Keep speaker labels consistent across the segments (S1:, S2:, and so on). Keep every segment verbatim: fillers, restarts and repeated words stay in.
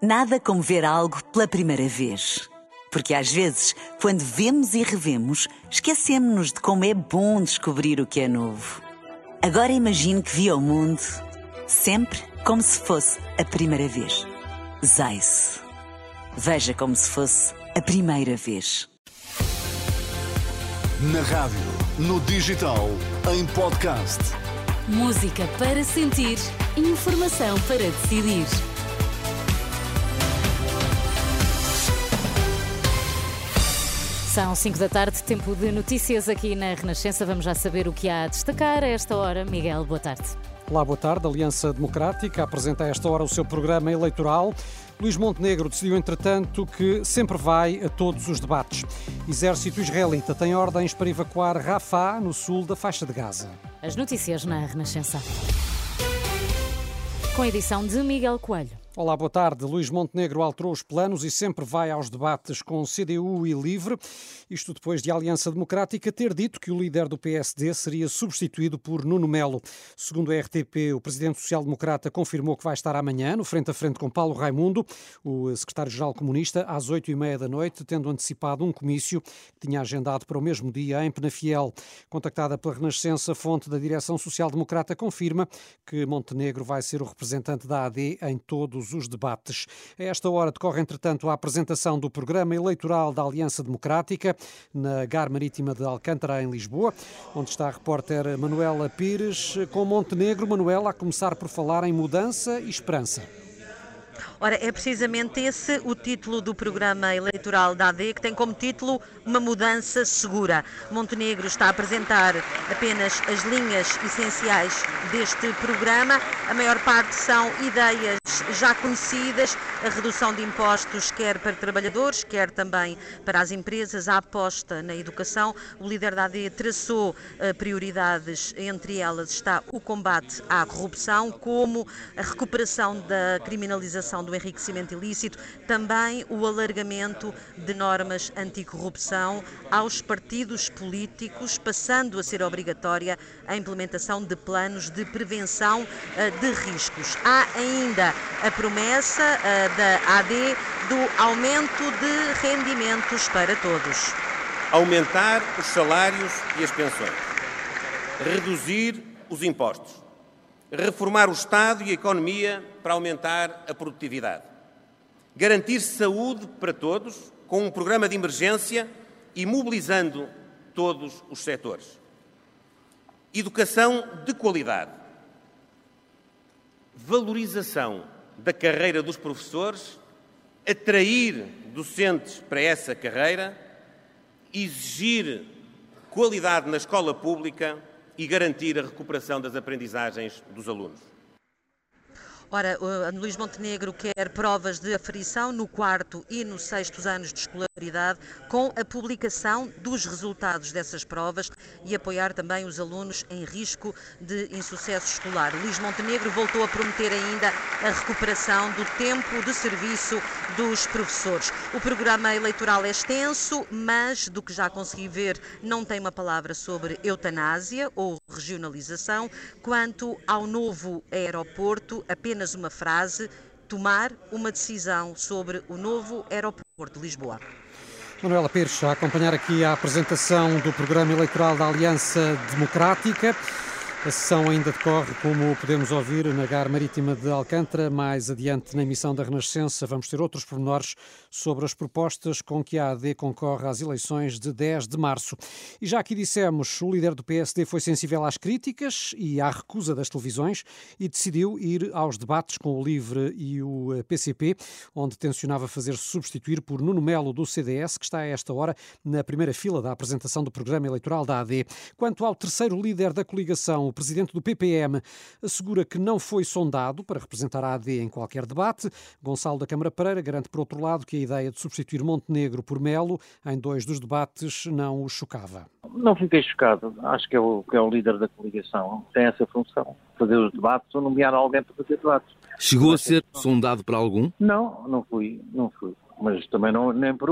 S1: Nada como ver algo pela primeira vez. Porque às vezes, quando vemos e revemos, esquecemos-nos de como é bom descobrir o que é novo. Agora imagine que viu o mundo sempre como se fosse a primeira vez. Zais. Veja como se fosse a primeira vez.
S2: Na rádio, no digital, em podcast.
S3: Música para sentir, informação para decidir. São cinco da tarde, tempo de notícias aqui na Renascença. Vamos já saber o que há a destacar a esta hora. Miguel, boa tarde.
S4: Olá, boa tarde. A Aliança Democrática apresenta a esta hora o seu programa eleitoral. Luís Montenegro decidiu, entretanto, que sempre vai a todos os debates. Exército israelita tem ordens para evacuar Rafah, no sul da faixa de Gaza.
S3: As notícias na Renascença. Com a edição de Miguel Coelho.
S4: Olá, boa tarde. Luís Montenegro alterou os planos e sempre vai aos debates com C D U e LIVRE. Isto depois de a Aliança Democrática ter dito que o líder do P S D seria substituído por Nuno Melo. Segundo a R T P, o presidente social-democrata confirmou que vai estar amanhã no frente a frente com Paulo Raimundo, o secretário-geral comunista, às oito e meia da noite, tendo antecipado um comício que tinha agendado para o mesmo dia em Penafiel. Contactada pela Renascença, fonte da direção social-democrata confirma que Montenegro vai ser o representante da A D em todos os debates. A esta hora decorre, entretanto, a apresentação do programa eleitoral da Aliança Democrática na Gar Marítima de Alcântara, em Lisboa, onde está a repórter Manuela Pires, com Montenegro. Manuela, a começar por falar em mudança e esperança.
S5: Ora, é precisamente esse o título do programa eleitoral da A D, que tem como título Uma Mudança Segura. Montenegro está a apresentar apenas as linhas essenciais deste programa. A maior parte são ideias já conhecidas, a redução de impostos quer para trabalhadores, quer também para as empresas, a aposta na educação. O líder da A D traçou uh, prioridades, entre elas está o combate à corrupção, como a recuperação da criminalização do enriquecimento ilícito, também o alargamento de normas anticorrupção aos partidos políticos, passando a ser obrigatória a implementação de planos de prevenção uh, de riscos. Há ainda a promessa uh, da A D do aumento de rendimentos para todos.
S6: Aumentar os salários e as pensões. Reduzir os impostos. Reformar o Estado e a economia para aumentar a produtividade. Garantir saúde para todos com um programa de emergência e mobilizando todos os setores. Educação de qualidade. Valorização da carreira dos professores, atrair docentes para essa carreira, exigir qualidade na escola pública e garantir a recuperação das aprendizagens dos alunos.
S5: Ora, Luís Montenegro quer provas de aferição no quarto e no sexto anos de escolaridade, com a publicação dos resultados dessas provas e apoiar também os alunos em risco de insucesso escolar. Luís Montenegro voltou a prometer ainda a recuperação do tempo de serviço dos professores. O programa eleitoral é extenso, mas do que já consegui ver, não tem uma palavra sobre eutanásia ou regionalização. Quanto ao novo aeroporto, apenas uma frase: tomar uma decisão sobre o novo aeroporto de Lisboa.
S4: Manuela Pires, a acompanhar aqui a apresentação do programa eleitoral da Aliança Democrática. A sessão ainda decorre, como podemos ouvir, na Gar Marítima de Alcântara. Mais adiante, na emissão da Renascença, vamos ter outros pormenores sobre as propostas com que a A D concorre às eleições de dez de março. E já aqui dissemos, o líder do P S D foi sensível às críticas e à recusa das televisões e decidiu ir aos debates com o LIVRE e o P C P, onde tencionava fazer-se substituir por Nuno Melo, do C D S, que está a esta hora na primeira fila da apresentação do programa eleitoral da A D. Quanto ao terceiro líder da coligação, o presidente do P P M assegura que não foi sondado para representar a A D em qualquer debate. Gonçalo da Câmara Pereira garante, por outro lado, que a ideia de substituir Montenegro por Melo em dois dos debates não o chocava.
S7: Não fiquei chocado. Acho que é o, que é o líder da coligação. Tem essa função, fazer os debates ou nomear alguém para fazer debates.
S8: Chegou a ser sondado para algum?
S7: Não, não fui, não fui. Mas também não, nem me preocupo.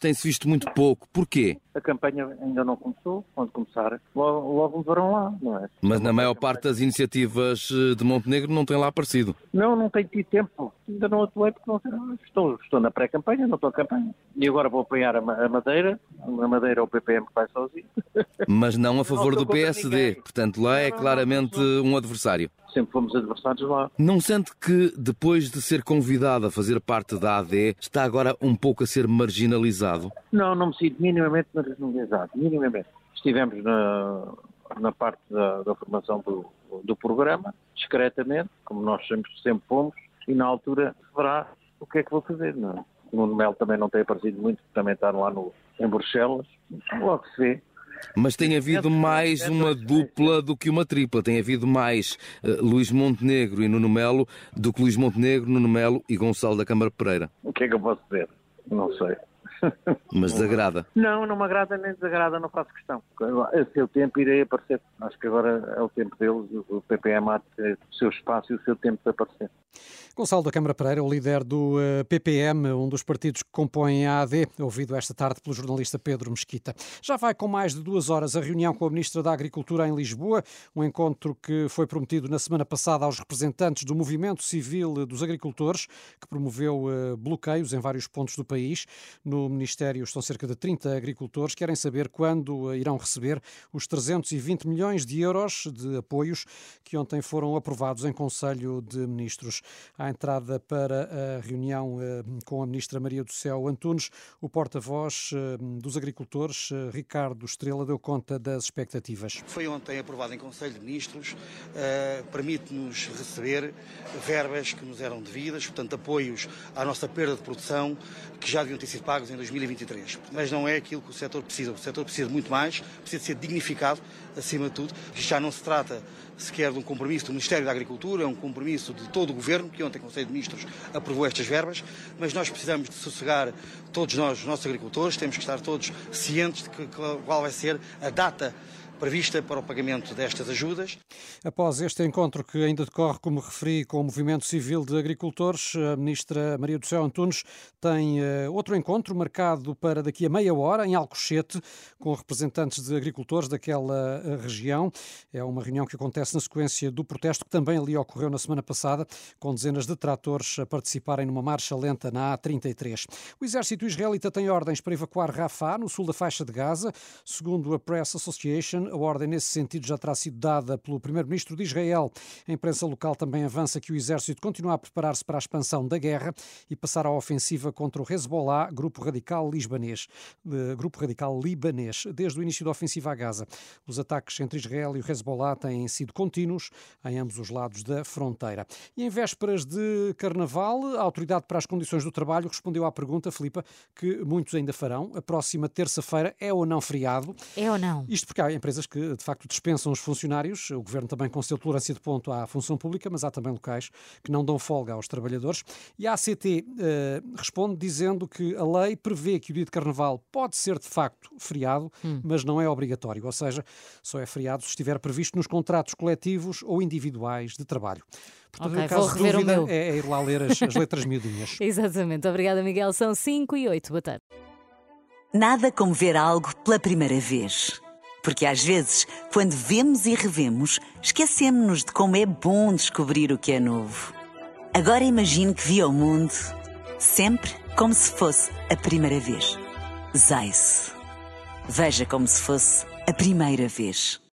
S8: tem-se visto muito pouco. Porquê?
S7: A campanha ainda não começou. Quando começar, logo, logo me verão lá, não é?
S8: Mas na maior parte das iniciativas de Montenegro não tem lá aparecido.
S7: Não, não tenho tido tempo. Ainda não atuei porque não sei. Estou, estou na pré-campanha, não estou na campanha. E agora vou apoiar a Madeira. A Madeira é o P P M que vai sozinho.
S8: Mas não a favor do P S D. Portanto, lá é claramente um adversário.
S7: Sempre fomos adversários lá.
S8: Não sente que, depois de ser convidado a fazer parte da A D, está agora um pouco a ser marginalizado?
S7: Não, não me sinto minimamente marginalizado. Minimamente. Estivemos na, na parte da, da formação do, do programa, discretamente, como nós sempre, sempre fomos, e na altura verá o que é que vou fazer. Não é? O Nuno Melo também não tem aparecido muito, também está lá no, em Bruxelas. Logo se vê.
S8: Mas tem havido mais uma dupla do que uma tripla. Tem havido mais uh, Luís Montenegro e Nuno Melo do que Luís Montenegro, Nuno Melo e Gonçalo da Câmara Pereira.
S7: O que é que eu posso dizer? Não sei.
S8: Mas desagrada?
S7: Não, não me agrada nem desagrada, não faço questão. A seu tempo irei aparecer. Acho que agora é o tempo deles, o P P M há de ter o seu espaço e o seu tempo de aparecer.
S4: Gonçalo da Câmara Pereira, o líder do P P M, um dos partidos que compõem a A D, ouvido esta tarde pelo jornalista Pedro Mesquita. Já vai com mais de duas horas a reunião com a Ministra da Agricultura em Lisboa, um encontro que foi prometido na semana passada aos representantes do Movimento Civil dos Agricultores, que promoveu bloqueios em vários pontos do país. No Ministério estão cerca de trinta agricultores, querem saber quando irão receber os trezentos e vinte milhões de euros de apoios que ontem foram aprovados em Conselho de Ministros. À entrada para a reunião com a Ministra Maria do Céu Antunes, o porta-voz dos agricultores, Ricardo Estrela, deu conta das expectativas.
S9: Foi ontem aprovado em Conselho de Ministros, uh, permite-nos receber verbas que nos eram devidas, portanto apoios à nossa perda de produção que já deviam ter sido pagos em dois mil e vinte e três. Mas não é aquilo que o setor precisa. O setor precisa de muito mais, precisa ser dignificado, acima de tudo. Já não se trata sequer de um compromisso do Ministério da Agricultura, é um compromisso de todo o Governo, que ontem o Conselho de Ministros aprovou estas verbas, mas nós precisamos de sossegar todos nós, os nossos agricultores, temos que estar todos cientes de que, qual vai ser a data prevista para o pagamento destas ajudas.
S4: Após este encontro, que ainda decorre, como referi, com o Movimento Civil de Agricultores, a Ministra Maria do Céu Antunes tem uh, outro encontro marcado para daqui a meia hora, em Alcochete, com representantes de agricultores daquela uh, região. É uma reunião que acontece na sequência do protesto que também ali ocorreu na semana passada, com dezenas de tratores a participarem numa marcha lenta na A trinta e três. O exército israelita tem ordens para evacuar Rafah, no sul da faixa de Gaza. Segundo a Press Association, a ordem nesse sentido já terá sido dada pelo primeiro-ministro de Israel. A imprensa local também avança que o exército continua a preparar-se para a expansão da guerra e passar à ofensiva contra o Hezbollah, grupo radical libanês. Grupo radical libanês. Desde o início da ofensiva a Gaza, os ataques entre Israel e o Hezbollah têm sido contínuos em ambos os lados da fronteira. E em vésperas de Carnaval, a Autoridade para as Condições do Trabalho respondeu à pergunta, Filipa, que muitos ainda farão. A próxima terça-feira é ou não feriado?
S3: É ou não?
S4: Isto porque há empresas que, de facto, dispensam os funcionários. O Governo também concedeu tolerância de ponto à função pública, mas há também locais que não dão folga aos trabalhadores. E a A C T uh, responde dizendo que a lei prevê que o dia de Carnaval pode ser, de facto, feriado, hum. mas não é obrigatório. Ou seja, só é feriado se estiver previsto nos contratos coletivos ou individuais de trabalho. Portanto,
S3: okay,
S4: no caso
S3: vou rever
S4: de dúvida,
S3: o meu.
S4: É, é ir lá ler as, as letras miudinhas.
S3: Exatamente. Obrigada, Miguel. São cinco e oito. Boa tarde.
S1: Nada como ver algo pela primeira vez. Porque às vezes, quando vemos e revemos, esquecemos-nos de como é bom descobrir o que é novo. Agora imagine que viu o mundo sempre como se fosse a primeira vez. Zais. Veja como se fosse a primeira vez.